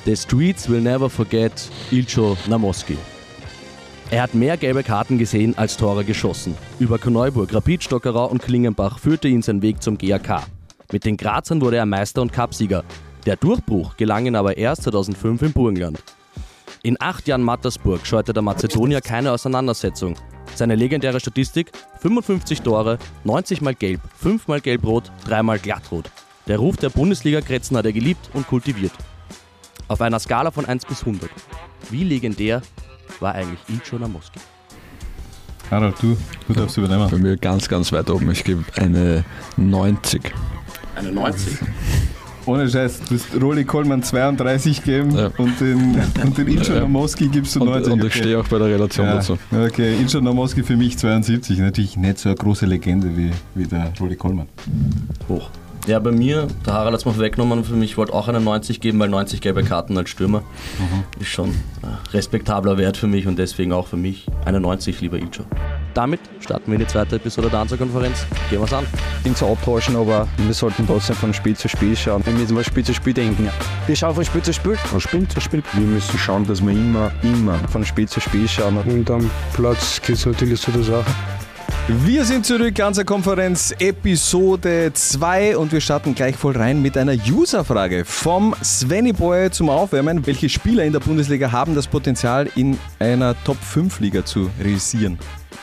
The streets will never forget Ilcho Namoski. Er hat mehr gelbe Karten gesehen als Tore geschossen. Über Korneuburg, Rapid, Stockerau und Klingenbach führte ihn sein Weg zum GAK. Mit den Grazern wurde er Meister und Cupsieger. Der Durchbruch gelang ihm aber erst 2005 im Burgenland. In 8 Jahren Mattersburg scheute der Mazedonier keine Auseinandersetzung. Seine legendäre Statistik: 55 Tore, 90 mal gelb, 5 mal gelb-rot, 3 mal glattrot. Der Ruf der Bundesliga-Kretzen hat er geliebt und kultiviert. Auf einer Skala von 1 bis 100. Wie legendär war eigentlich Ilcho Namoski? Harald, du darfst übernehmen. Bei mir ganz, ganz weit oben. Ich gebe eine 90. Eine 90? Ohne Scheiß, du hast Rolly Kollmann 32 gegeben und den Ilcho Namoski gibst du 90. Und ich stehe auch bei der Relation dazu. Okay, Ilcho Namoski für mich 72. Natürlich nicht so eine große Legende wie der Rolly Kollmann. Hoch. Ja, bei mir, der Harald hat es mal weggenommen, für mich wollte auch eine 90 geben, weil 90 gelbe Karten als Stürmer ist schon ein respektabler Wert für mich und deswegen auch für mich eine 90, lieber Ilcho. Damit starten wir in die zweite Episode der Hansa-Konferenz. Gehen wir es an. Nicht zu abtauschen, aber wir sollten trotzdem von Spiel zu Spiel schauen. Wir müssen von Spiel zu Spiel denken. Wir schauen von Spiel zu Spiel. Von Spiel zu Spiel. Wir müssen schauen, dass wir immer von Spiel zu Spiel schauen. Und am Platz geht es natürlich zu der Sache. Wir sind zurück, Hansa-Konferenz Episode 2 und wir starten gleich voll rein mit einer User-Frage vom Svenny Boy zum Aufwärmen. Welche Spieler in der Bundesliga haben das Potenzial, in einer Top-5-Liga zu realisieren?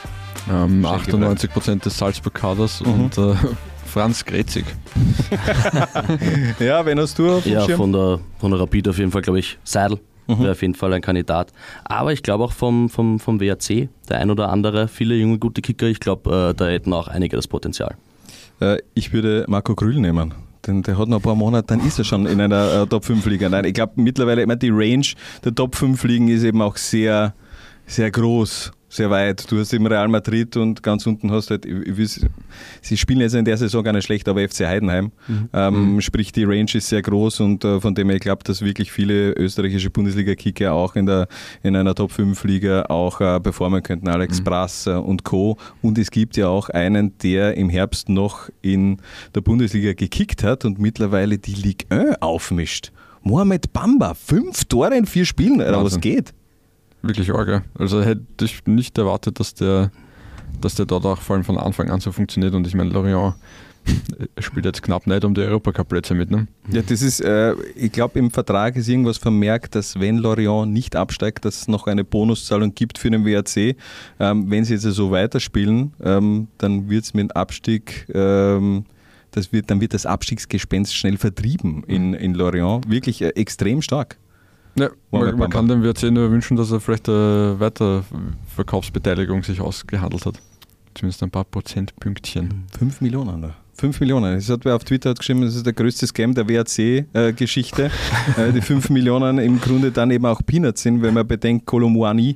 98% des Salzburg-Kaders und Franz Grezig. Ja, wen hast du auf dem Schirm? Von der Rapid auf jeden Fall, glaube ich, Seidel. Wäre auf jeden Fall ein Kandidat. Aber ich glaube auch vom WRC, der ein oder andere, viele junge, gute Kicker, ich glaube, da hätten auch einige das Potenzial. Ich würde Marco Grüll nehmen. Denn der hat noch ein paar Monate, dann ist er schon in einer Top-5-Liga. Nein, ich glaube mittlerweile, die Range der Top-5-Ligen ist eben auch sehr, sehr groß. Sehr weit. Du hast eben Real Madrid und ganz unten hast halt, sie spielen jetzt in der Saison gar nicht schlecht, aber FC Heidenheim. Sprich, die Range ist sehr groß und von dem her, ich glaube, dass wirklich viele österreichische Bundesliga-Kicker auch in einer Top-5-Liga auch performen könnten. Alex Brass und Co. Und es gibt ja auch einen, der im Herbst noch in der Bundesliga gekickt hat und mittlerweile die Ligue 1 aufmischt. Mohamed Bamba, 5 Tore in 4 Spielen, oder was geht? Wirklich arg, ja. Also hätte ich nicht erwartet, dass der dort auch vor allem von Anfang an so funktioniert. Und ich meine, Lorient spielt jetzt knapp nicht um die Europacup-Plätze mit. Ne? Ja, das ist, ich glaube, im Vertrag ist irgendwas vermerkt, dass wenn Lorient nicht absteigt, dass es noch eine Bonuszahlung gibt für den WRC. Wenn sie jetzt so weiterspielen, dann wird es mit dem Abstieg... dann wird das Abstiegsgespenst schnell vertrieben in Lorient. Wirklich extrem stark. Ja, man kann dem WRC nur wünschen, dass er vielleicht eine Weiterverkaufsbeteiligung sich ausgehandelt hat. Zumindest ein paar Prozentpünktchen. 5 Millionen. 5 Millionen. Das hat wer auf Twitter geschrieben, das ist der größte Scam der WRC-Geschichte. Die 5 Millionen im Grunde dann eben auch Peanuts sind, wenn man bedenkt, Colomboani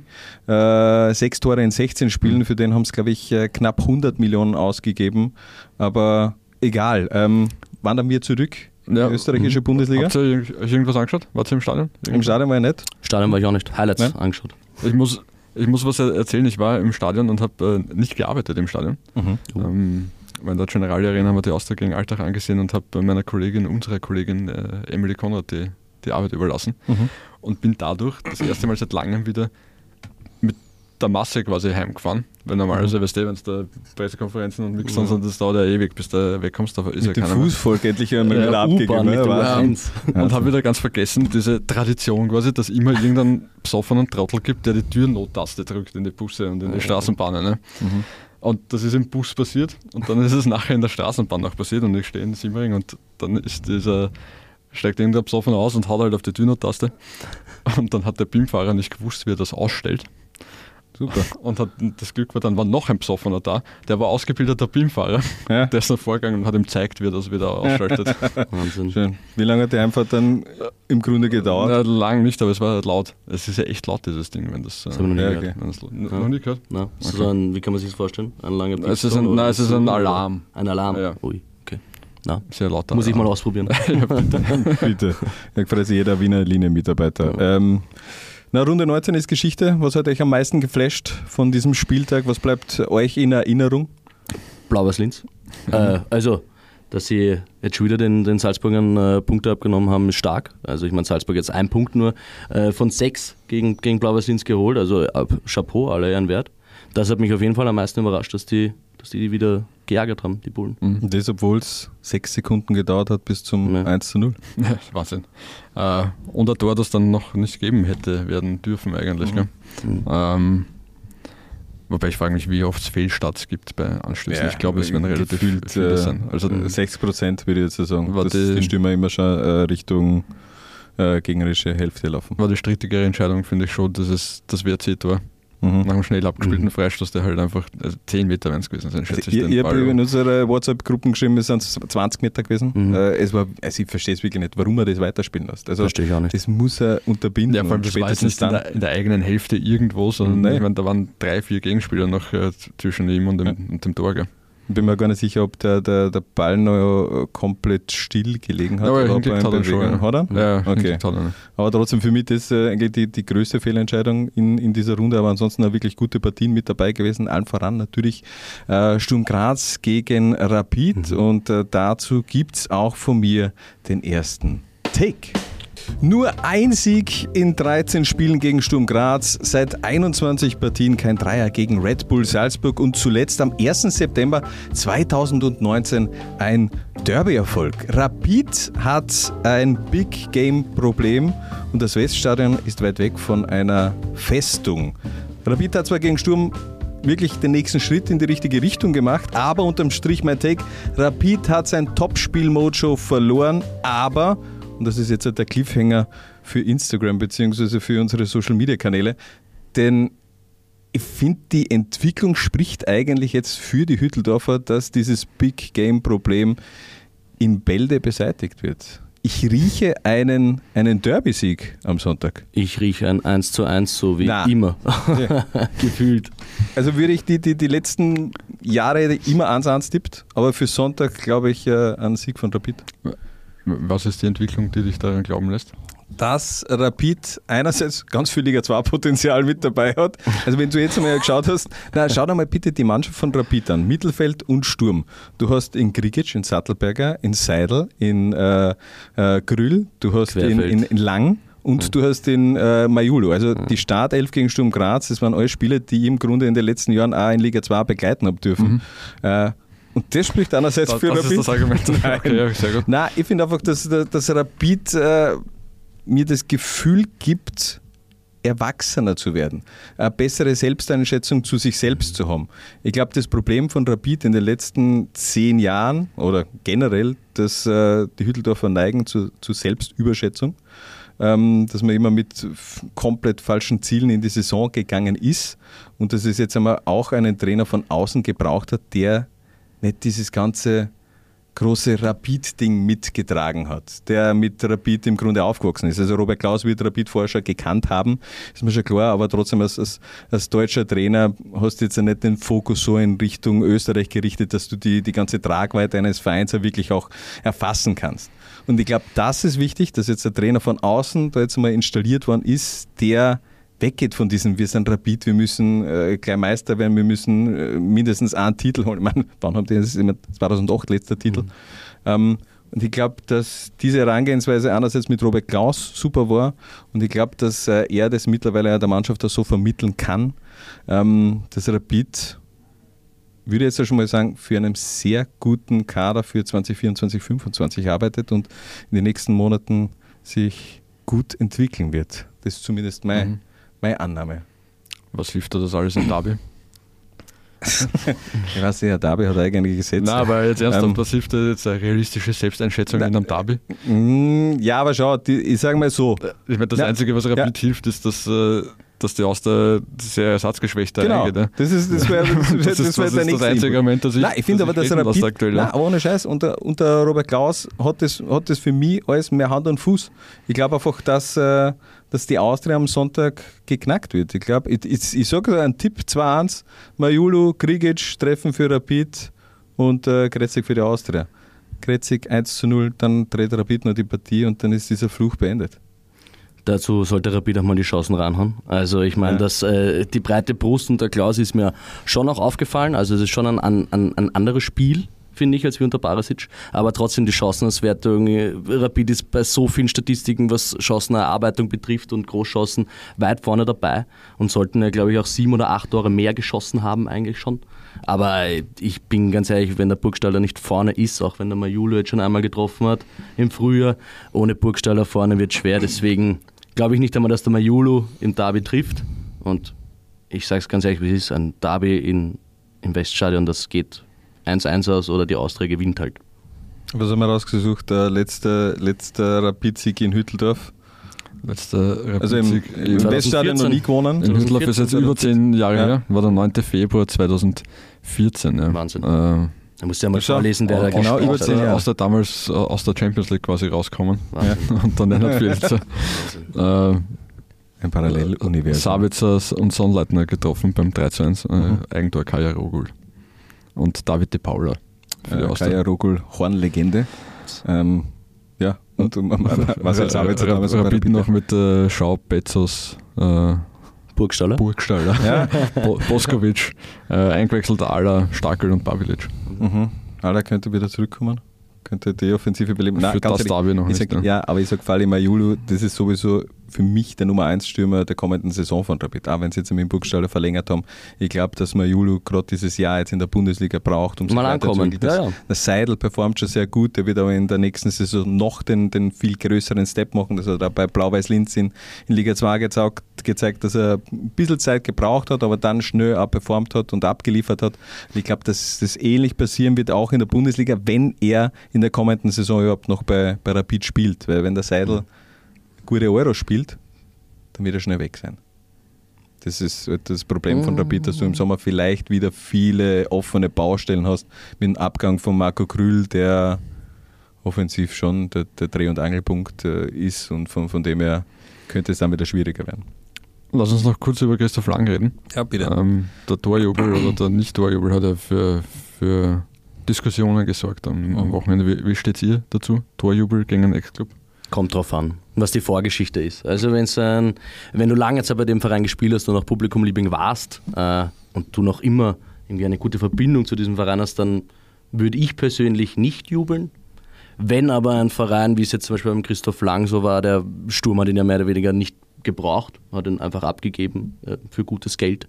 6 Tore in 16 Spielen, für den haben es, glaube ich, knapp 100 Millionen ausgegeben. Aber egal. Wandern wir zurück. Ja, die österreichische Bundesliga. Habt ihr euch irgendwas angeschaut? Wart ihr im Stadion? Im Stadion war ich nicht. Stadion war ich auch nicht. Highlights angeschaut. Ich muss was erzählen. Ich war im Stadion und habe nicht gearbeitet im Stadion. In der Generali Arena haben wir die Austria gegen Altach angesehen und habe unserer Kollegin Emily Konrad die Arbeit überlassen. Und bin dadurch das erste Mal seit langem wieder mit der Masse quasi heimgefahren. Weil normalerweise, weißt du, wenn es da Pressekonferenzen und nichts sind, das dauert ja ewig, bis du wegkommst. Da ist mit dem Fußvolk endlich einmal abgegeben. Und habe wieder ganz vergessen, diese Tradition quasi, dass immer irgendeinen besoffenen Trottel gibt, der die Türnottaste drückt in die Busse und in die Straßenbahnen. Ne? Und das ist im Bus passiert und dann ist es nachher in der Straßenbahn auch passiert und ich stehe in Simmering und dann steigt irgendein Besoffener aus und haut halt auf die Türnottaste und dann hat der BIM-Fahrer nicht gewusst, wie er das ausstellt. Super. Und das Glück war noch ein Besoffener da, der war ausgebildeter BIM-Fahrer, der ist dann vorgegangen und hat ihm gezeigt, wie er das wieder ausschaltet. Wahnsinn. Schön. Wie lange hat die Einfahrt dann im Grunde gedauert? Ja, lang nicht, aber es war laut. Es ist ja echt laut, dieses Ding, wenn das... Das haben wir noch nie gehört. Noch nie gehört? Nein. Okay. Wie kann man sich das vorstellen? Ein langer es ist ein Alarm. Ein Alarm? Ja. Ui, okay. Na, sehr laut. Muss ich mal ausprobieren. Ja, bitte. Bitte. Ja, quasi jeder Wiener Linienmitarbeiter. Runde 19 ist Geschichte. Was hat euch am meisten geflasht von diesem Spieltag? Was bleibt euch in Erinnerung? Blau-Weiß Linz. Also dass sie jetzt schon wieder den Salzburgern Punkte abgenommen haben, ist stark. Also ich meine, Salzburg jetzt 1 Punkt nur von 6 gegen Blau-Weiß-Linz geholt, also Chapeau, aller Ehren wert. Das hat mich auf jeden Fall am meisten überrascht, dass die wieder geärgert haben, die Bullen. Und das, obwohl es 6 Sekunden gedauert hat bis zum 1:0. Ja, Wahnsinn. Und ein Tor, das dann noch nicht geben hätte werden dürfen eigentlich. Gell? Wobei ich frage mich, wie oft es Fehlstarts gibt bei Anschlüssen. Ich glaube, es werden relativ viele sein. Also 6% würde ich jetzt sagen. Die Stürmer immer schon Richtung gegnerische Hälfte laufen. War die strittigere Entscheidung, finde ich schon, dass es das WRC-Tor nach einem schnell abgespielten Freistoß, der halt einfach 10 Meter werden es gewesen sein, schätze ich. Ich habe in unserer WhatsApp-Gruppen geschrieben, es sind 20 Meter gewesen. Ich verstehe es wirklich nicht, warum er das weiterspielen lässt. Also, verstehe ich auch nicht. Das muss er unterbinden. Ja, vor allem, das war jetzt nicht in der eigenen Hälfte irgendwo, sondern ich meine, da waren 3-4 Gegenspieler noch zwischen ihm und dem Tor. Gell? Ich bin mir gar nicht sicher, ob der Ball noch komplett still gelegen hat. Aber ob er in Bewegung hat. Er? Ja, okay. Aber trotzdem für mich das eigentlich die größte Fehlentscheidung in dieser Runde, aber ansonsten auch wirklich gute Partien mit dabei gewesen. Allen voran natürlich Sturm Graz gegen Rapid und dazu gibt es auch von mir den ersten Take. Nur ein Sieg in 13 Spielen gegen Sturm Graz, seit 21 Partien kein Dreier gegen Red Bull Salzburg und zuletzt am 1. September 2019 ein Derby-Erfolg. Rapid hat ein Big-Game-Problem und das Weststadion ist weit weg von einer Festung. Rapid hat zwar gegen Sturm wirklich den nächsten Schritt in die richtige Richtung gemacht, aber unterm Strich mein Take, Rapid hat sein Topspiel-Mojo verloren, aber und das ist jetzt der Cliffhanger für Instagram bzw. für unsere Social-Media-Kanäle. Denn ich finde, die Entwicklung spricht eigentlich jetzt für die Hütteldorfer, dass dieses Big-Game-Problem in Bälde beseitigt wird. Ich rieche einen Derby-Sieg am Sonntag. Ich rieche ein 1:1, so wie immer. Ja. Gefühlt. Also würde ich die letzten Jahre immer 1:1 tippt, aber für Sonntag glaube ich einen Sieg von Rapid. Was ist die Entwicklung, die dich daran glauben lässt? Dass Rapid einerseits ganz viel Liga 2 Potenzial mit dabei hat. Also wenn du jetzt einmal geschaut hast, schau dir mal bitte die Mannschaft von Rapid an. Mittelfeld und Sturm. Du hast in Grigic, in Sattelberger, in Seidel, in Grüll, du hast in Lang und du hast den Majulu. Also die Startelf gegen Sturm Graz, das waren alle Spieler, die ich im Grunde in den letzten Jahren auch in Liga 2 begleiten habe dürfen. Und das spricht einerseits für Rapid. Das ist das Argument. Nein. Okay, ja, sehr gut. Nein, ich finde einfach, dass Rapid mir das Gefühl gibt, erwachsener zu werden, eine bessere Selbsteinschätzung zu sich selbst zu haben. Ich glaube, das Problem von Rapid in den letzten 10 Jahren oder generell, dass die Hütteldorfer neigen zu Selbstüberschätzung, dass man immer mit komplett falschen Zielen in die Saison gegangen ist und dass es jetzt einmal auch einen Trainer von außen gebraucht hat, der nicht dieses ganze große Rapid-Ding mitgetragen hat, der mit Rapid im Grunde aufgewachsen ist. Also Robert Klaus wird Rapid vorher schon gekannt haben, ist mir schon klar, aber trotzdem als deutscher Trainer hast du jetzt ja nicht den Fokus so in Richtung Österreich gerichtet, dass du die ganze Tragweite eines Vereins ja wirklich auch erfassen kannst. Und ich glaube, das ist wichtig, dass jetzt der Trainer von außen da jetzt mal installiert worden ist, der weggeht von diesem, wir sind Rapid, wir müssen gleich Meister werden, wir müssen mindestens einen Titel holen. Ich meine, wann haben die das? 2008 letzter Titel. Und ich glaube, dass diese Herangehensweise einerseits mit Robert Klaus super war und ich glaube, dass er das mittlerweile der Mannschaft auch so vermitteln kann, dass Rapid, würde ich jetzt schon mal sagen, für einen sehr guten Kader für 2024, 2025 arbeitet und in den nächsten Monaten sich gut entwickeln wird. Das ist zumindest meine Annahme. Was hilft da das alles im Derby? Ich weiß nicht, der Derby hat eigentlich gesetzt. Nein, aber jetzt ernsthaft, was hilft da jetzt eine realistische Selbsteinschätzung in einem Derby? Ja, aber schau, ich sage mal so. Ich meine, das Einzige, was Rapid hilft, ist, dass die Auster sehr ersatzgeschwächt reingeht. Ne? Das wäre der nächste einzige Argument, das ich finde aber, dass Rapid aktuell. Nein, ohne Scheiß, unter Robert Klaus hat das für mich alles mehr Hand und Fuß. Ich glaube einfach, dass die Austria am Sonntag geknackt wird. Ich glaube, ich sage einen Tipp, 2:1, Majulu, Grigic treffen für Rapid und Kretzig für die Austria. Kretzig 1:0, dann dreht Rapid noch die Partie und dann ist dieser Fluch beendet. Dazu sollte Rapid auch mal die Chancen ranhauen. Also ich meine, dass die breite Brust unter Klaus ist mir schon auch aufgefallen. Also es ist schon ein anderes Spiel finde ich, als wie unter Barisic. Aber trotzdem die Chancenauswertung. Rapid ist bei so vielen Statistiken, was Chancenerarbeitung betrifft und Großchancen, weit vorne dabei und sollten ja, glaube ich, auch 7 oder 8 Tore mehr geschossen haben eigentlich schon. Aber ich bin ganz ehrlich, wenn der Burgstaller nicht vorne ist, auch wenn der Majulu jetzt schon einmal getroffen hat im Frühjahr, ohne Burgstaller vorne wird es schwer. Deswegen glaube ich nicht einmal, dass der Majulu im Derby trifft. Und ich sage es ganz ehrlich, wie es ist, ein Derby im Weststadion, das geht 1-1 aus oder die Austria gewinnt halt. Was haben wir rausgesucht? Der letzte Rapid-Sieg in Hütteldorf. Also im Weststadion noch nie gewonnen. In Hütteldorf ist jetzt über 10 Jahre her, war der 9. Februar 2014. Ja. Wahnsinn. Da musst du ja mal vorlesen, wer da genau über 10 Jahre. Damals aus der Champions League quasi rauskommen. Und dann Lennart Bielitzer. Ein Paralleluniversum. Sabitzer und Sonnleitner getroffen beim 3-1. Eigentor Kaya Rogul. Und David de Paula. Kaya Rogul, Hornlegende. Ja, und Marcel Sabitzer damals Rapid noch mit Schau, Bezos, Burgstaller, ja. Boskovic, eingewechselt Ala, Starkel und Bavilic. Ala könnte wieder zurückkommen, könnte die Offensive beleben. Nein, für ganz das Derby noch nicht. Ja, aber ich sage Fali Majulu, das ist sowieso für mich der Nummer 1 Stürmer der kommenden Saison von Rapid. Auch wenn sie jetzt mit dem Burgstaller verlängert haben. Ich glaube, dass Majulu gerade dieses Jahr jetzt in der Bundesliga braucht, um sich weiterzuentwickeln. Der Seidel performt schon sehr gut, der wird aber in der nächsten Saison noch den viel größeren Step machen. Das hat er bei Blau-Weiß-Linz in Liga 2 gezeigt, dass er ein bisschen Zeit gebraucht hat, aber dann schnell auch performt hat und abgeliefert hat. Ich glaube, dass das ähnlich passieren wird auch in der Bundesliga, wenn er in der kommenden Saison überhaupt noch bei Rapid spielt. Weil wenn der Seidel gute Euro spielt, dann wird er schnell weg sein. Das ist das Problem von Rapid, dass du im Sommer vielleicht wieder viele offene Baustellen hast mit dem Abgang von Marco Grüll, der offensiv schon der Dreh- und Angelpunkt ist und von dem her könnte es dann wieder schwieriger werden. Lass uns noch kurz über Christoph Lang reden. Ja, bitte. Der Torjubel oder der Nicht-Torjubel hat ja für Diskussionen gesorgt am Wochenende. Wie steht ihr dazu? Torjubel gegen einen Ex-Club? Kommt drauf an, was die Vorgeschichte ist. Also wenn du lange Zeit bei dem Verein gespielt hast und auch Publikumliebling warst und du noch immer irgendwie eine gute Verbindung zu diesem Verein hast, dann würde ich persönlich nicht jubeln. Wenn aber ein Verein, wie es jetzt zum Beispiel beim Christoph Lang so war, der Sturm hat ihn ja mehr oder weniger nicht gebraucht, hat ihn einfach abgegeben für gutes Geld,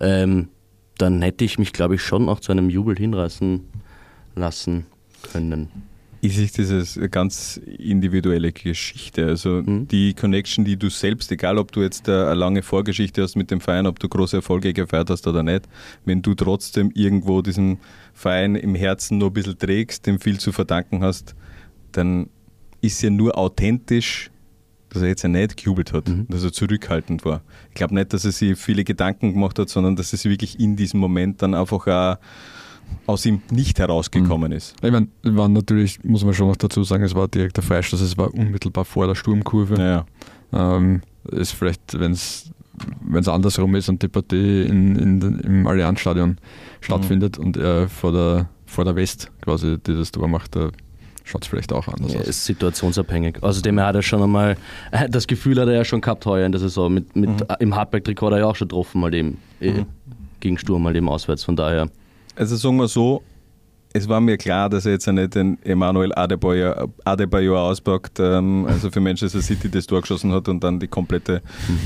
dann hätte ich mich, glaube ich, schon auch zu einem Jubel hinreißen lassen können. Ist das eine ganz individuelle Geschichte. Also die Connection, die du selbst, egal ob du jetzt eine lange Vorgeschichte hast mit dem Verein, ob du große Erfolge gefeiert hast oder nicht, wenn du trotzdem irgendwo diesen Verein im Herzen noch ein bisschen trägst, dem viel zu verdanken hast, dann ist ja nur authentisch, dass er jetzt ja nicht gejubelt hat, dass er zurückhaltend war. Ich glaube nicht, dass er sich viele Gedanken gemacht hat, sondern dass es wirklich in diesem Moment dann einfach auch aus ihm nicht herausgekommen ist. Ich meine, war natürlich, muss man schon noch dazu sagen, es war direkt der Freistoß, es war unmittelbar vor der Sturmkurve. Ja. Ist vielleicht, wenn es andersrum ist und die Partie im Allianzstadion stattfindet und er vor der West quasi dieses Tor macht, da schaut es vielleicht auch anders aus. Ist situationsabhängig. Außerdem hat er schon einmal, das Gefühl hat er ja schon gehabt heuer in der Saison, im Hartberg-Trikot hat er ja auch schon getroffen, mal eben gegen Sturm, mal eben auswärts, von daher. Also sagen wir so, es war mir klar, dass er jetzt nicht den Emmanuel Adebayor auspackt, also für Manchester City das Tor geschossen hat und dann die komplette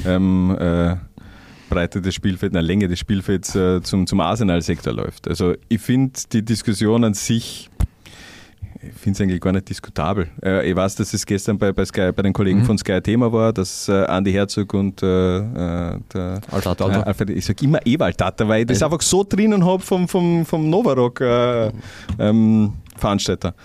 Breite des Spielfelds, Länge des Spielfelds zum Arsenal-Sektor läuft. Also ich finde die Diskussion an sich, ich finde es eigentlich gar nicht diskutabel. Ich weiß, dass es gestern bei den Kollegen von Sky Thema war, dass Andi Herzog und der Alfred, ich sage immer Ewald Tata, weil ich das einfach so drinnen habe vom Novarock Veranstalter.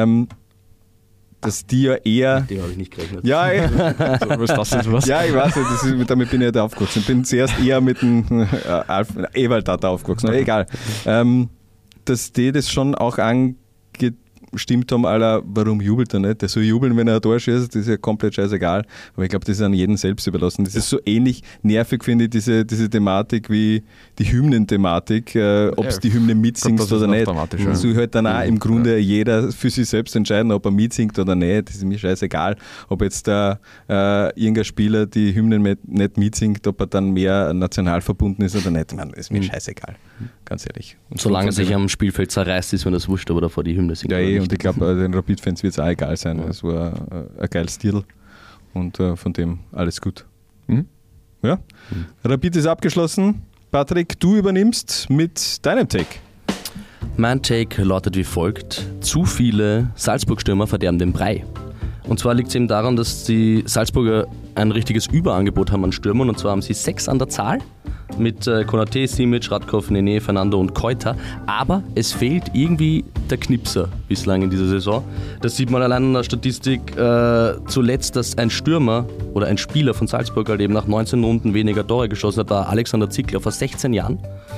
Dass die ja eher... Mit dem habe ich nicht gerechnet. Ja, was das jetzt was? Ja, ich weiß nicht, damit bin ich nicht aufgewachsen. Ich bin zuerst eher mit dem Ewald Tata aufgewachsen, aber egal. Dass die das schon auch stimmt haben, warum jubelt er nicht? Der soll jubeln, wenn er ein Tor schießt, das ist ja komplett scheißegal. Aber ich glaube, das ist an jedem selbst überlassen. Das ist so ähnlich nervig, finde ich, diese Thematik wie die Hymnen-Thematik, ob es die Hymne mitsingst oder nicht. Das soll halt dann auch im Grunde jeder für sich selbst entscheiden, ob er mitsingt oder nicht. Das ist mir scheißegal, ob jetzt da irgendein Spieler die Hymnen nicht mitsingt, ob er dann mehr national verbunden ist oder nicht. Man, ist mir scheißegal, ganz ehrlich. Und solange er sich am Spielfeld zerreißt, ist mir das wurscht, aber davor die Hymne singt. Ja, und ich glaube, den Rapid-Fans wird es auch egal sein. Es war ein geiles Titel und von dem alles gut. Ja? Rapid ist abgeschlossen. Patrick, du übernimmst mit deinem Take. Mein Take lautet wie folgt: Zu viele Salzburg-Stürmer verderben den Brei. Und zwar liegt es eben daran, dass die Salzburger ein richtiges Überangebot haben an Stürmern, und zwar haben sie 6 an der Zahl mit Konaté, Simic, Radkov, Nene, Fernando und Keuter, aber es fehlt irgendwie der Knipser bislang in dieser Saison. Das sieht man allein in der Statistik zuletzt, dass ein Stürmer oder ein Spieler von Salzburg halt eben nach 19 Runden weniger Tore geschossen hat, war Alexander Zickler vor 16 Jahren.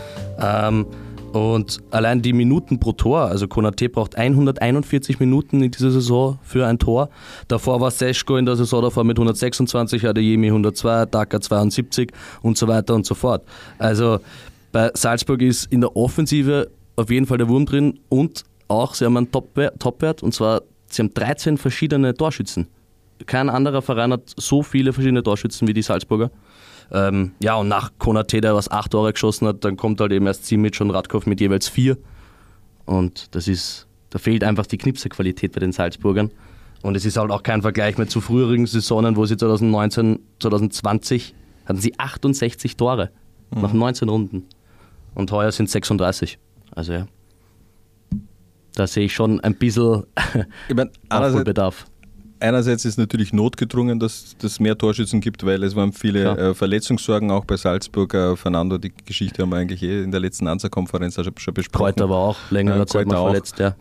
Und allein die Minuten pro Tor, also Konaté braucht 141 Minuten in dieser Saison für ein Tor. Davor war Seško in der Saison davor mit 126, Adeyemi 102, Daka 72 und so weiter und so fort. Also bei Salzburg ist in der Offensive auf jeden Fall der Wurm drin, und auch sie haben einen Topwert, und zwar sie haben 13 verschiedene Torschützen. Kein anderer Verein hat so viele verschiedene Torschützen wie die Salzburger. Und nach Konaté, der 8 Tore geschossen hat, dann kommt halt eben erst Simic und Radkov mit jeweils 4. Und da fehlt einfach die Knipserqualität bei den Salzburgern. Und es ist halt auch kein Vergleich mehr zu früheren Saisonen, wo sie 2019, 2020 hatten sie 68 Tore nach 19 Runden. Und heuer sind es 36. Also ja, da sehe ich schon ein bisschen Aufholbedarf. Einerseits ist natürlich notgedrungen, dass es mehr Torschützen gibt, weil es waren viele Verletzungssorgen auch bei Salzburg. Fernando, die Geschichte haben wir eigentlich in der letzten Ansatzkonferenz schon besprochen. Keuter war auch längere Zeit mal verletzt. Ja.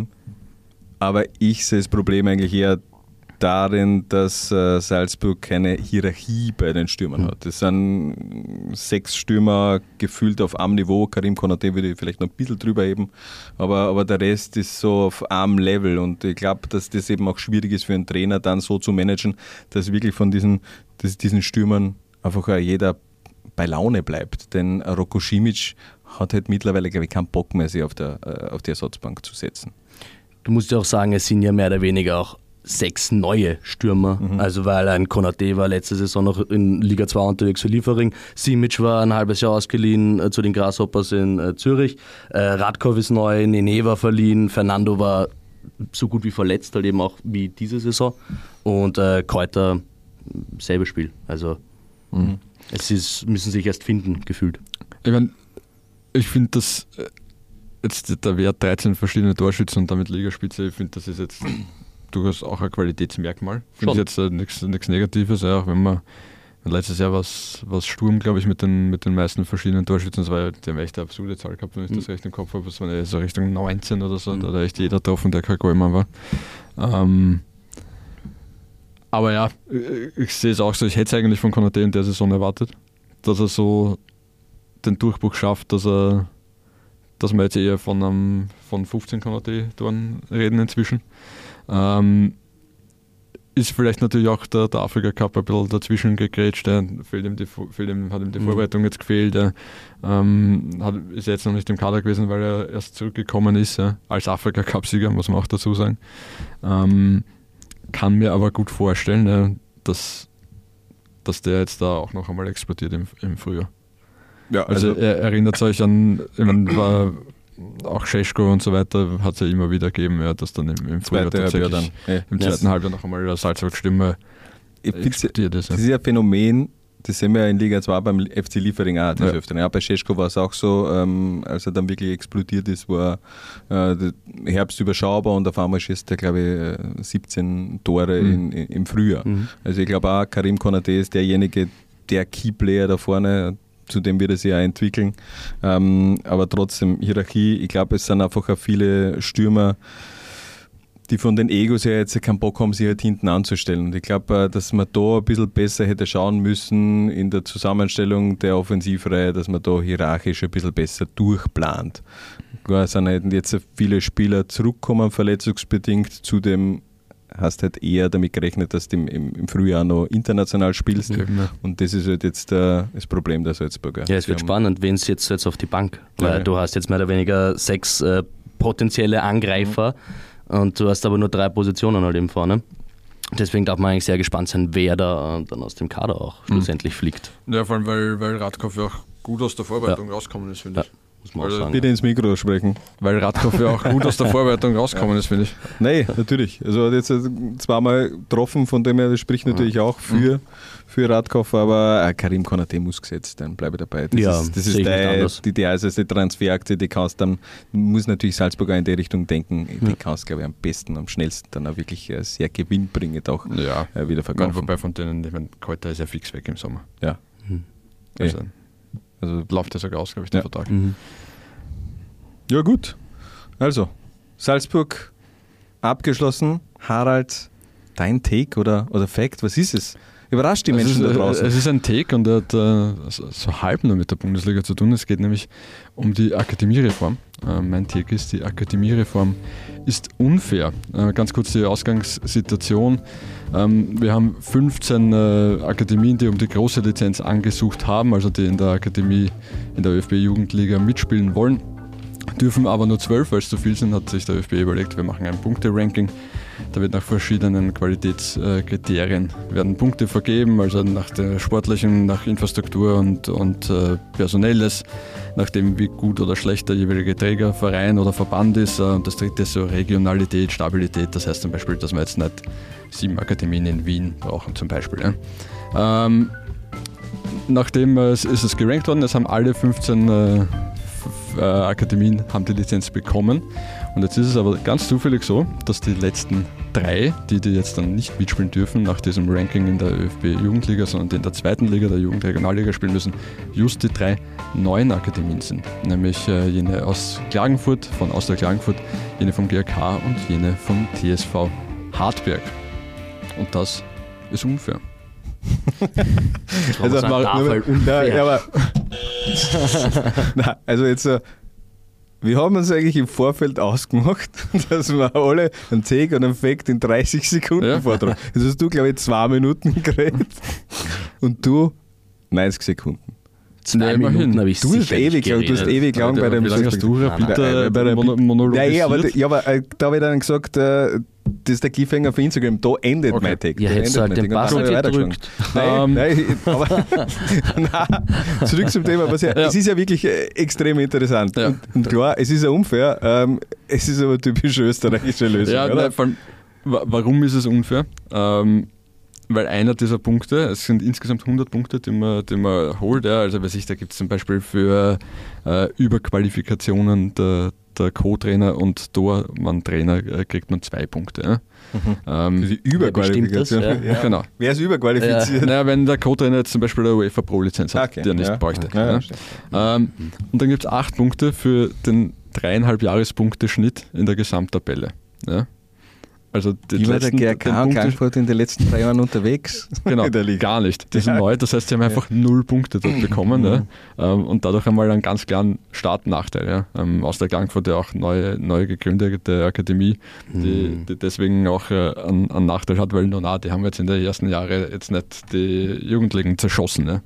Aber ich sehe das Problem eigentlich eher darin, dass Salzburg keine Hierarchie bei den Stürmern hat. Das sind 6 Stürmer gefühlt auf einem Niveau. Karim Konaté würde ich vielleicht noch ein bisschen drüber heben, aber der Rest ist so auf einem Level, und ich glaube, dass das eben auch schwierig ist für einen Trainer dann so zu managen, dass wirklich von diesen Stürmern einfach jeder bei Laune bleibt. Denn Roko Simic hat halt mittlerweile, glaube ich, keinen Bock mehr, sich auf die Ersatzbank zu setzen. Du musst ja auch sagen, es sind ja mehr oder weniger auch 6 neue Stürmer, also weil ein Konaté war letzte Saison noch in Liga 2 unterwegs für Liefering, Simic war ein halbes Jahr ausgeliehen zu den Grasshoppers in Zürich, Radkov ist neu, Nene war verliehen, Fernando war so gut wie verletzt, halt eben auch wie diese Saison, und Keuter selbe Spiel, also müssen sich erst finden, gefühlt. Ich finde, dass jetzt der Wert 13 verschiedene Torschützen und damit Ligaspitze, ich finde, das ist jetzt durchaus auch ein Qualitätsmerkmal. Finde ich jetzt nichts Negatives, ja, auch wenn man letztes Jahr was Sturm, glaube ich, mit den meisten verschiedenen Torschützen, das war ja, die haben echt eine absurde Zahl gehabt, wenn ich das recht im Kopf habe, das war ja so Richtung 19 oder so, da hat echt jeder getroffen, der kein Goalmann war. Aber ja, ich sehe es auch so, ich hätte es eigentlich von Konaté in der Saison erwartet, dass er so den Durchbruch schafft, dass wir jetzt eher von 15 Konaté-Toren reden inzwischen. Ist vielleicht natürlich auch der Afrika Cup ein bisschen dazwischen gegrätscht, hat ihm die Vorbereitung jetzt gefehlt, ist jetzt noch nicht im Kader gewesen, weil er erst zurückgekommen ist, als Afrika Cup-Sieger, muss man auch dazu sagen. Kann mir aber gut vorstellen, dass der jetzt da auch noch einmal explodiert im Frühjahr. Ja, also er erinnert euch an, war auch Seško und so weiter, hat es ja immer wieder gegeben, dass dann im Frühjahr tatsächlich im zweiten Halbjahr noch einmal der Salzburg-Stimme explodiert ist. Das ist ja ein Phänomen, das sehen wir ja in Liga 2 beim FC Liefering auch des Öfteren. Ja, bei Seško war es auch so, als er dann wirklich explodiert ist, war der Herbst überschaubar, und auf einmal schießt er, glaube ich, 17 Tore im Frühjahr. Also ich glaube auch, Karim Konaté ist derjenige, der Keyplayer da vorne, zu dem wird es sich auch entwickeln. Aber trotzdem, Hierarchie, ich glaube, es sind einfach auch viele Stürmer, die von den Egos her jetzt keinen Bock haben, sich halt hinten anzustellen. Und ich glaube, dass man da ein bisschen besser hätte schauen müssen in der Zusammenstellung der Offensivreihe, dass man da hierarchisch ein bisschen besser durchplant. Klar, es sind halt jetzt viele Spieler zurückkommen, verletzungsbedingt. Zudem hast halt eher damit gerechnet, dass du im Frühjahr noch international spielst. Ja. Und das ist halt jetzt das Problem der Salzburger. Ja, es wird spannend, wen es jetzt auf die Bank. Weil du hast jetzt mehr oder weniger 6 potenzielle Angreifer und du hast aber nur 3 Positionen halt eben vorne. Deswegen darf man eigentlich sehr gespannt sein, wer da dann aus dem Kader auch schlussendlich fliegt. Ja, vor allem, weil Radkopf ja auch gut aus der Vorbereitung rausgekommen ist, finde ich. Muss man auch sagen. Bitte ins Mikro sprechen. Weil Radkopf ja auch gut aus der Vorbereitung rausgekommen ist, finde ich. Nein, natürlich. Also er hat jetzt zweimal getroffen, von dem her, das spricht natürlich auch für Radkopf, aber Karim Konaté muss gesetzt, dann bleibe ich dabei. Das ist die äußerste Transferaktie, die kannst dann, muss natürlich Salzburg auch in die Richtung denken, die kannst, glaube ich, am besten, am schnellsten dann auch wirklich sehr gewinnbringend auch wieder verkaufen. Wobei von denen, ich meine, Keuter ist ja fix weg im Sommer. Ja. Also läuft ja sogar aus, glaube ich, der Vertrag. Ja, gut. Also, Salzburg abgeschlossen. Harald, dein Take oder Fact, was ist es? Überrascht die Menschen da draußen. Es ist ein Take und der hat so halb nur mit der Bundesliga zu tun. Es geht nämlich um die Akademiereform. Mein Take ist, die Akademiereform ist unfair. Ganz kurz die Ausgangssituation. Wir haben 15 Akademien, die um die große Lizenz angesucht haben, also die in der Akademie, in der ÖFB-Jugendliga mitspielen wollen, dürfen aber nur 12, weil es zu viel sind, hat sich der ÖFB überlegt, wir machen ein Punkte-Ranking. Da wird nach verschiedenen Qualitätskriterien werden Punkte vergeben, also nach der sportlichen, nach Infrastruktur und Personelles, nach dem, wie gut oder schlecht der jeweilige Träger, Verein oder Verband ist. Und das dritte ist so Regionalität, Stabilität, das heißt zum Beispiel, dass wir jetzt nicht 7 Akademien in Wien brauchen zum Beispiel. Nachdem ist es gerankt worden, es haben alle 15 Akademien haben die Lizenz bekommen. Und jetzt ist es aber ganz zufällig so, dass die letzten 3, die jetzt dann nicht mitspielen dürfen, nach diesem Ranking in der ÖFB-Jugendliga, sondern die in der 2. Liga, der Jugendregionalliga spielen müssen, just die 3 neuen Akademien sind. Nämlich jene aus Klagenfurt, von Austria Klagenfurt, jene vom GRK und jene vom TSV Hartberg. Und das ist unfair. Also das war unfair. Also jetzt wir haben uns eigentlich im Vorfeld ausgemacht, dass wir alle einen Take und einen Fact in 30 Sekunden vortragen. Das hast du, glaube ich, 2 Minuten geredet und du 90 Sekunden. 2 Minuten habe ich Du hast ewig lang bei dem Monolog. Aber da habe ich dann gesagt, das ist der Cliffhanger für Instagram, da endet mein Take. Ja, hättest du halt den Buzzer gedrückt. Nein, aber zurück zum Thema. Es ist ja wirklich extrem interessant. Ja. Und klar, es ist ja unfair, es ist aber typische österreichische Lösung. Ja, oder? Nein, warum ist es unfair? Weil einer dieser Punkte, es sind insgesamt 100 Punkte, die man holt. Ja. Also weiß ich, da gibt es zum Beispiel für Überqualifikationen der Co-Trainer und Tormann-Trainer kriegt man 2 Punkte. Ja. Für die Überqualifikation? Ja. Genau. Wer ist überqualifiziert? Naja, wenn der Co-Trainer jetzt zum Beispiel eine UEFA Pro-Lizenz hat, die er nicht bräuchte. Ja. Und dann gibt es 8 Punkte für den 3,5 Jahrespunkte-Schnitt in der Gesamttabelle. Ja. Also die war der GRK und Klagenfurt in den letzten 3 Jahren unterwegs? Genau, gar nicht. Die sind neu, das heißt, sie haben einfach 0 Punkte dort bekommen. Und dadurch einmal einen ganz klaren Startnachteil. Aus der Klagenfurt ja auch neu gegründete Akademie, die deswegen auch einen Nachteil hat, weil die haben jetzt in den ersten Jahren jetzt nicht die Jugendlichen zerschossen.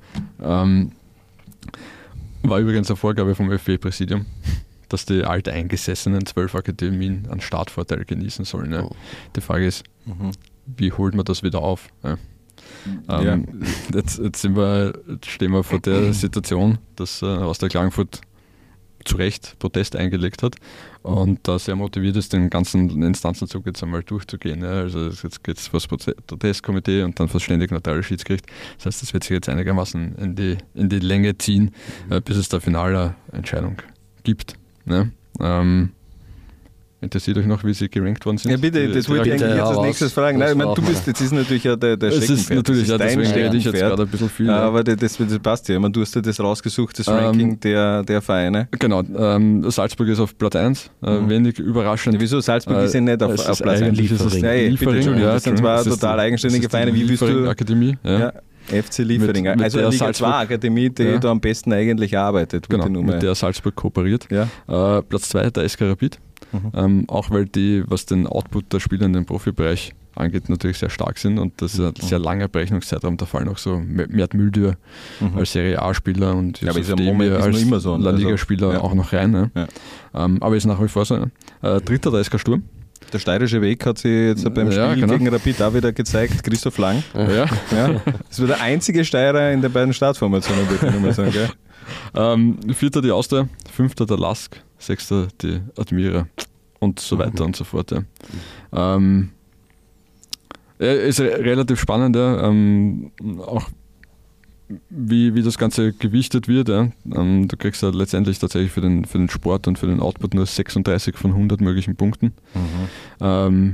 War übrigens eine Vorgabe vom ÖFB-Präsidium, dass die alteingesessenen 12 Akademien einen Startvorteil genießen sollen. Ja. Die Frage ist, wie holt man das wieder auf? Ja. Jetzt stehen wir vor der Situation, dass Austria Klagenfurt zu Recht Protest eingelegt hat und da sehr motiviert ist, den ganzen Instanzenzug jetzt einmal durchzugehen. Ja. Also jetzt geht es vor das Protestkomitee und dann vor das ständig neutrale Schiedsgericht. Das heißt, das wird sich jetzt einigermaßen in die Länge ziehen, bis es da finale Entscheidung gibt. Ne? Interessiert euch noch, wie sie gerankt worden sind? Ja, bitte, das wollte ich eigentlich jetzt als nächstes fragen. Nein, ich meine, du bist, jetzt ist natürlich ja der Steckenpferd. Es ist natürlich, das ist dein deswegen rede ich jetzt Steckenpferd. gerade ein bisschen viel. Ja, aber das passt ja. Ich meine, du hast ja das rausgesucht, das Ranking der Vereine. Genau, Salzburg ist auf Platz 1, wenig überraschend. Ja, wieso? Salzburg ist ja nicht auf Platz 1. Eigentlich ist es Entschuldigung, das sind zwar total eigenständige Vereine. Wie willst du... Akademie, ja. FC Liefering, also der Liga 2 Akademie, die da am besten eigentlich arbeitet. Genau, mit der Salzburg kooperiert. Ja. Platz 2 der SK Rapid, auch weil die, was den Output der Spieler in den Profibereich angeht, natürlich sehr stark sind und das ist ein sehr langer Berechnungszeitraum, da fallen auch so Mert Müldür als Serie A-Spieler und aber ist im Moment als immer so, La Liga-Spieler auch noch rein. Ne? Ja. Aber ist nach wie vor so. Dritter der SK Sturm. Der steirische Weg hat sich jetzt beim Spiel gegen Rapid auch wieder gezeigt, Christoph Lang. Ja. Das war der einzige Steirer in den beiden Startformationen, würde ich mal sagen. Gell? Vierter die Austria, fünfter der Lask, sechster die Admira und so weiter und so fort. Ja. Ist relativ spannend, auch wie das Ganze gewichtet wird. Ja. Du kriegst ja letztendlich tatsächlich für den Sport und für den Output nur 36 von 100 möglichen Punkten. Also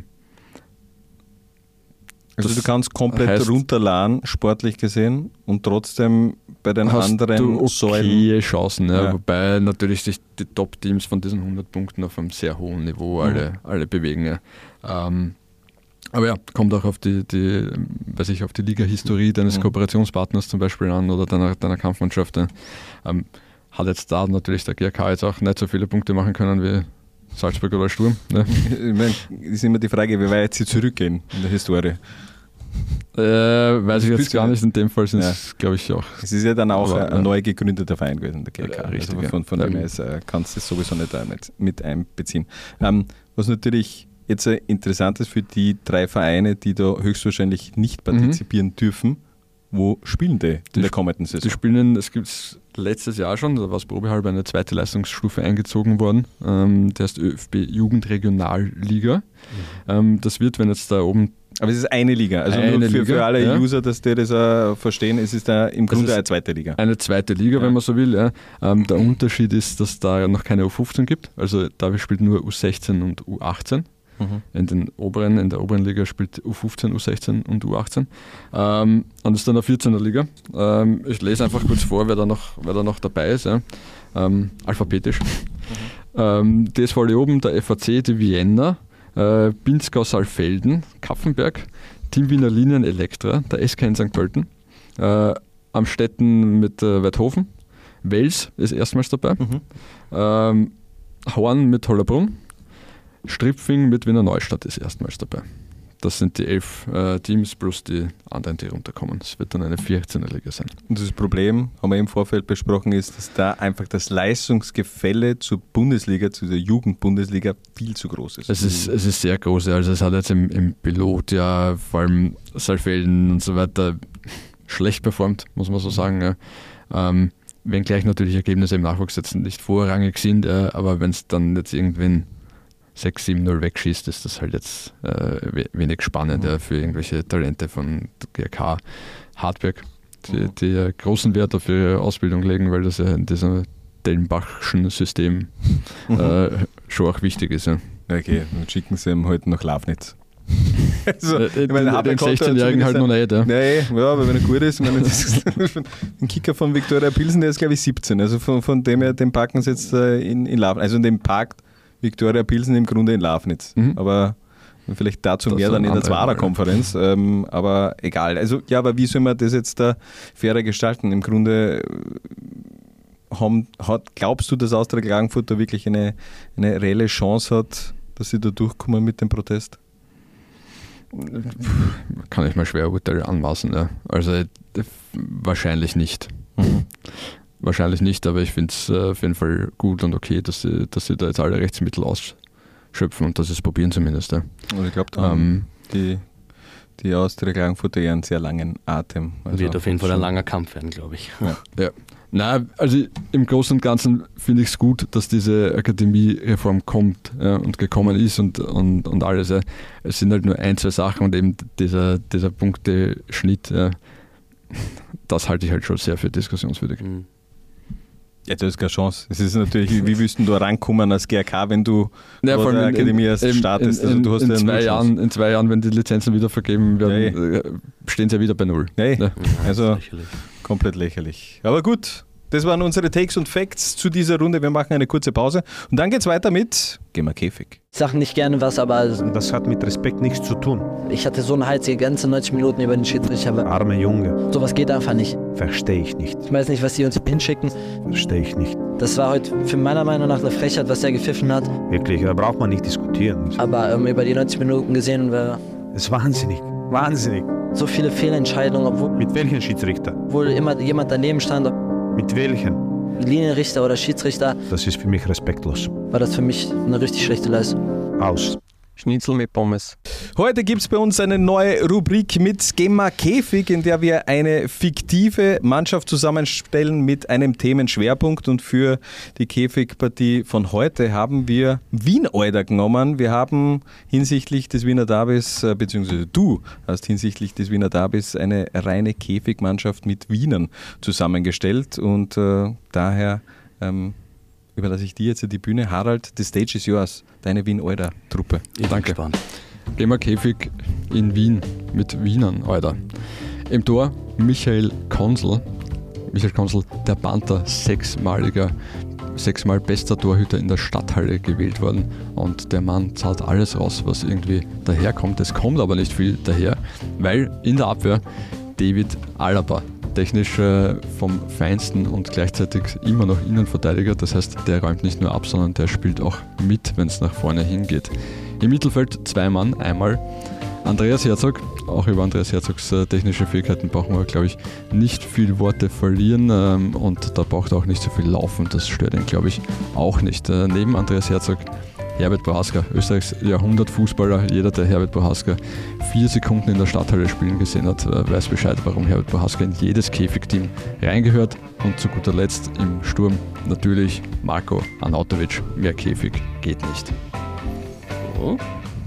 du kannst komplett runterladen, sportlich gesehen, und trotzdem bei den anderen Säulen Chancen. Ja. Wobei natürlich sich die Top-Teams von diesen 100 Punkten auf einem sehr hohen Niveau alle bewegen. Ja. Aber ja, kommt auch auf die Liga-Historie deines Kooperationspartners zum Beispiel an oder deiner Kampfmannschaft. Hat jetzt da natürlich der GRK jetzt auch nicht so viele Punkte machen können wie Salzburg oder Sturm. Ne? Ich meine, ist immer die Frage, wie weit sie zurückgehen in der Historie. Weiß ich jetzt gar nicht, in dem Fall sind es, glaube ich, auch. Es ist ja dann auch ein neu gegründeter Verein gewesen, der GRK. Richtig, also von dem her kannst du es sowieso nicht mit einbeziehen. Was natürlich jetzt interessant ist für die 3 Vereine, die da höchstwahrscheinlich nicht partizipieren dürfen, wo spielen die in der kommenden Saison? Die spielen, es gibt es letztes Jahr schon, da war es probehalber eine zweite Leistungsstufe eingezogen worden, der heißt ÖFB Jugendregionalliga. Das wird, wenn jetzt da oben... Aber es ist eine Liga, also nur für alle User, dass die das verstehen, es ist da im Grunde eine zweite Liga. Eine zweite Liga, wenn man so will. Ja. Der Unterschied ist, dass da noch keine U15 gibt, also da spielt nur U16 und U18. In der oberen Liga spielt U15, U16 und U18. Und das ist dann eine 14er Liga. Ich lese einfach kurz vor, wer da noch dabei ist. Ja. Alphabetisch. DSV Leoben, der FAC, die Vienna, Pinzgau-Saalfelden, Kaffenberg, Team Wiener Linien Elektra, der SK in St. Pölten, Amstetten mit Weidhofen, Wels ist erstmals dabei, Horn mit Hollerbrunn, Stripfing mit Wiener Neustadt ist erstmals dabei. Das sind die 11 Teams plus die anderen, die runterkommen. Das wird dann eine 14er Liga sein. Und das Problem, haben wir im Vorfeld besprochen, ist, dass da einfach das Leistungsgefälle zur Bundesliga, zu der Jugendbundesliga viel zu groß ist. Es ist sehr groß. Also es hat jetzt im Pilot ja vor allem Saalfelden und so weiter schlecht performt, muss man so sagen. Ja. Wenngleich natürlich Ergebnisse im Nachwuchs jetzt nicht vorrangig sind, aber wenn es dann jetzt irgendwann 6-7-0 wegschießt, ist das halt jetzt wenig spannend für irgendwelche Talente von GRK. Hartberg, die großen Wert auf ihre Ausbildung legen, weil das ja in diesem Dellenbachschen System schon auch wichtig ist. Ja. Okay, dann schicken sie ihm halt nach Lafnitz. Also, ich meine, den 16-Jährigen halt noch nicht. Ja. Nein, ja, aber wenn er gut ist, ein Kicker von Viktoria Pilsen, der ist glaube ich 17, also von dem her, den packen sie jetzt in Lafnitz, also in dem Park Viktoria Pilsen im Grunde in Lafnitz. Aber vielleicht dazu mehr dann in der Zwarer-Konferenz. Aber egal. Also ja, aber wie soll man das jetzt da fairer gestalten? Im Grunde glaubst du, dass Austria Klagenfurt da wirklich eine reelle Chance hat, dass sie da durchkommen mit dem Protest? Kann ich mal schwer Urteile anmaßen. Ja. Also wahrscheinlich nicht. Wahrscheinlich nicht, aber ich finde es auf jeden Fall gut und okay, dass sie da jetzt alle Rechtsmittel ausschöpfen und dass sie es probieren zumindest. Ja. Also ich glaube, die Austria Klagenfurt einen sehr langen Atem. Also wird auf jeden Fall ein langer Kampf werden, glaube ich. Ja. Nein, also im Großen und Ganzen finde ich es gut, dass diese Akademiereform kommt und gekommen ist und alles. Ja. Es sind halt nur 1-2 Sachen und eben dieser Punkteschnitt, das halte ich halt schon sehr für diskussionswürdig. Ja, du hast keine Chance. Es ist natürlich, wie willst du da rankommen als GRK, wenn du vor allem der Akademie erst startest? Also du hast in 2 Jahren, wenn die Lizenzen wieder vergeben werden, stehen sie ja wieder bei Null. Ja. Also komplett lächerlich. Aber gut, das waren unsere Takes und Facts zu dieser Runde. Wir machen eine kurze Pause und dann geht's weiter mit Geh mal Käfig. Ich sage nicht gerne was, aber das hat mit Respekt nichts zu tun. Ich hatte so einen Hals die ganze 90 Minuten über den Schiedsrichter. Arme Junge. Sowas geht einfach nicht. Verstehe ich nicht. Ich weiß nicht, was die uns hinschicken. Verstehe ich nicht. Das war heute für meiner Meinung nach eine Frechheit, was er gepfiffen hat. Wirklich, da braucht man nicht diskutieren. Aber über die 90 Minuten gesehen war... Das ist wahnsinnig. Wahnsinnig. So viele Fehlentscheidungen, obwohl... Mit welchen Schiedsrichter? Obwohl immer jemand daneben stand. Mit welchen? Linienrichter oder Schiedsrichter. Das ist für mich respektlos. War das für mich eine richtig schlechte Leistung. Aus. Schnitzel mit Pommes. Heute gibt es bei uns eine neue Rubrik mit Geh mal Käfig, in der wir eine fiktive Mannschaft zusammenstellen mit einem Themenschwerpunkt. Und für die Käfigpartie von heute haben wir Wien-Euder genommen. Wir haben hinsichtlich des Wiener Derbys, beziehungsweise du hast hinsichtlich des Wiener Derbys eine reine Käfigmannschaft mit Wienern zusammengestellt. Und daher überlasse ich dir jetzt die Bühne. Harald, the stage is yours. Deine Wien-Euder-Truppe. Danke. Gehen wir Käfig in Wien mit Wienern, Euder. Im Tor Michael Konsel. Michael Konsel, der Panther, 6-mal bester Torhüter in der Stadthalle gewählt worden. Und der Mann zahlt alles raus, was irgendwie daherkommt. Es kommt aber nicht viel daher, weil in der Abwehr David Alaba. Technisch vom Feinsten und gleichzeitig immer noch Innenverteidiger. Das heißt, der räumt nicht nur ab, sondern der spielt auch mit, wenn es nach vorne hingeht. Im Mittelfeld 2 Mann. Einmal Andreas Herzog. Auch über Andreas Herzogs technische Fähigkeiten brauchen wir, glaube ich, nicht viel Worte verlieren. Und da braucht er auch nicht so viel laufen. Das stört ihn, glaube ich, auch nicht. Neben Andreas Herzog Herbert Prohaska, Österreichs Jahrhundertfußballer. Jeder, der Herbert Prohaska 4 Sekunden in der Stadthalle spielen gesehen hat, weiß Bescheid, warum Herbert Prohaska in jedes Käfigteam reingehört. Und zu guter Letzt im Sturm natürlich Marko Arnautovic. Mehr Käfig geht nicht. Oh.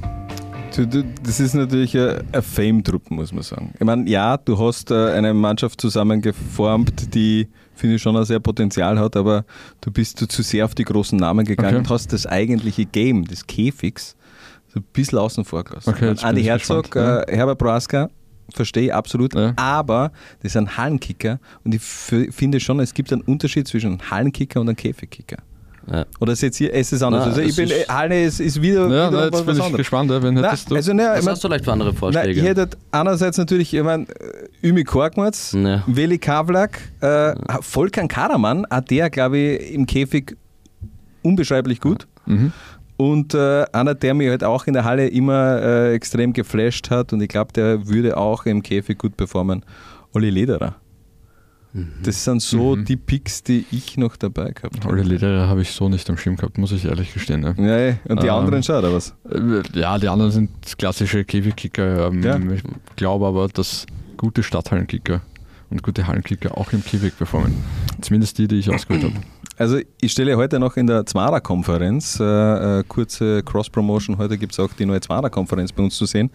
Das ist natürlich eine Fame-Truppe, muss man sagen. Ich meine, ja, du hast eine Mannschaft zusammengeformt, die, finde ich, schon ein sehr Potenzial hat, aber du bist zu sehr auf die großen Namen gegangen und hast das eigentliche Game des Käfigs so ein bisschen außen vor gelassen. Okay, Andi Herzog, Herbert Prohaska, verstehe ich absolut, aber das sind Hallenkicker und ich finde schon, es gibt einen Unterschied zwischen einem Hallenkicker und einem Käfigkicker. Ja. Oder seht ihr, es ist anders. Halle ist wieder jetzt was bin ich anderes. Gespannt, wen hättest du? Was hast du vielleicht für andere Vorschläge? Ich hätte einerseits natürlich, Ümi Korkmaz, Veli Kavlak, Volkan Karaman, auch der, glaube ich, im Käfig unbeschreiblich gut. Mhm. Und einer, der mich halt auch in der Halle immer extrem geflasht hat und ich glaube, der würde auch im Käfig gut performen, Olli Lederer. Das sind so die Picks, die ich noch dabei gehabt habe. Olli Lederer habe ich so nicht am Schirm gehabt, muss ich ehrlich gestehen. Ne? Ja, und die anderen schon, oder was? Ja, die anderen sind klassische Käfigkicker. Ich glaube aber, dass gute Stadthallenkicker und gute Hallenkicker auch im Käfig performen. Zumindest die ich ausgewählt habe. Also ich stelle heute noch in der Zmara-Konferenz, kurze Cross-Promotion, heute gibt es auch die neue Zmara-Konferenz bei uns zu sehen,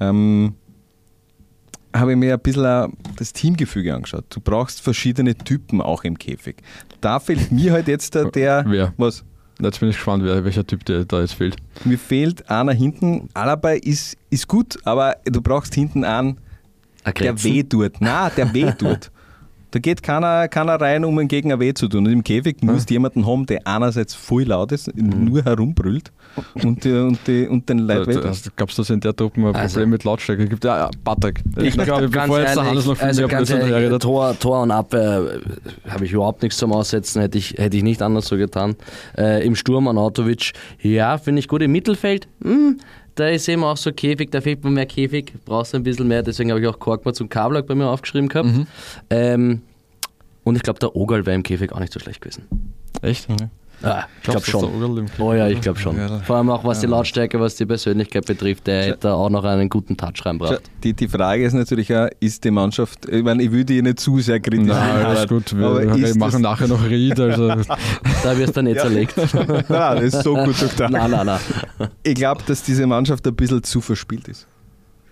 habe ich mir ein bisschen das Teamgefüge angeschaut. Du brauchst verschiedene Typen auch im Käfig. Da fehlt mir halt jetzt der... Wer? Was? Jetzt bin ich gespannt, welcher Typ der da jetzt fehlt. Mir fehlt einer hinten. Alaba ist gut, aber du brauchst hinten einen, der weh tut. Nein, der weh tut. Da geht keiner rein, um einen Gegner weh zu tun. Und im Käfig musst du jemanden haben, der einerseits voll laut ist, nur herumbrüllt und den Leuten weh tut. Gab es das in der Truppe ein Problem mit Lautstärke? Gibt Patrick. Ich glaube, bevor jetzt der Hannes noch viel Tor und Abwehr habe ich überhaupt nichts zum Aussetzen, hätte ich nicht anders so getan. Im Sturm Arnautovic, ja, finde ich gut. Im Mittelfeld, da ist eben auch so Käfig, da fehlt mir mehr Käfig, brauchst du ein bisschen mehr, deswegen habe ich auch Korkmaz und Kavlak bei mir aufgeschrieben gehabt. Und ich glaube, der Ogal wäre im Käfig auch nicht so schlecht gewesen. Echt? Ja, ich glaube schon. Oh ja, ich glaube schon. Vor allem auch was die Lautstärke, was die Persönlichkeit betrifft, der hätte auch noch einen guten Touch reinbracht. Die Frage ist natürlich auch, ist die Mannschaft, ich meine, ich will die nicht zu sehr kritisieren. Nein, alles gut, wir machen nachher noch Ried. Also. Da wirst du nicht zerlegt. Nein, das ist so gut durchdacht. Nein. Ich glaube, dass diese Mannschaft ein bisschen zu verspielt ist.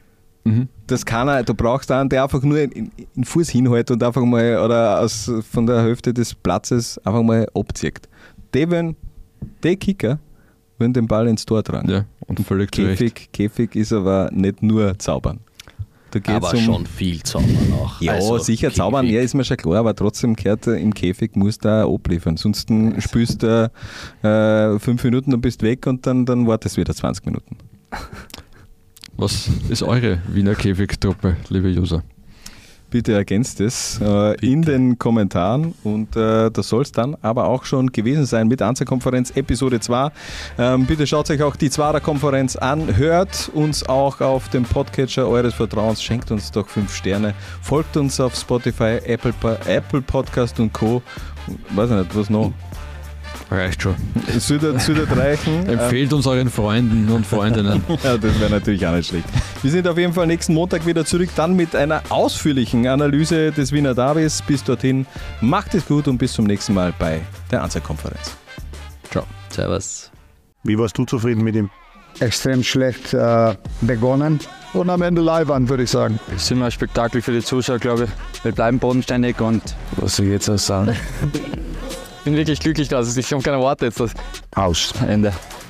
Das kann er, du brauchst einen, der einfach nur in Fuß hinhält und einfach mal oder von der Hälfte des Platzes einfach mal abzieht. Die Kicker würden den Ball ins Tor tragen. Ja, und völlig zurecht. Käfig ist aber nicht nur zaubern. Da geht's aber schon viel zaubern auch. Ja, also sicher Käfig. zaubern, ja, ist mir schon klar, aber trotzdem gehört im Käfig musst du auch abliefern. Sonst spielst du 5 Minuten und bist weg und dann wartest du wieder 20 Minuten. Was ist eure Wiener Käfigtruppe, liebe User? Bitte ergänzt es in den Kommentaren und das soll es dann aber auch schon gewesen sein mit Ansatzkonferenz Episode 2. Bitte schaut euch auch die Zwarer-Konferenz an, hört uns auch auf dem Podcatcher eures Vertrauens, schenkt uns doch 5 Sterne, folgt uns auf Spotify, Apple Podcast und Co. Weiß ich nicht, was noch? Reicht schon. Es wird reichen. Empfehlt uns euren Freunden und Freundinnen. Ja, das wäre natürlich auch nicht schlecht. Wir sind auf jeden Fall nächsten Montag wieder zurück, dann mit einer ausführlichen Analyse des Wiener Derbys. Bis dorthin, macht es gut und bis zum nächsten Mal bei der Ansatzkonferenz. Ciao. Servus. Wie warst du zufrieden mit ihm? Extrem schlecht begonnen und am Ende Leihwand, würde ich sagen. Das ist immer ein Spektakel für die Zuschauer, glaube ich. Wir bleiben bodenständig und Was soll ich jetzt auch sagen? bin wirklich glücklich, dass ich habe keine Worte jetzt. Aus. Ende.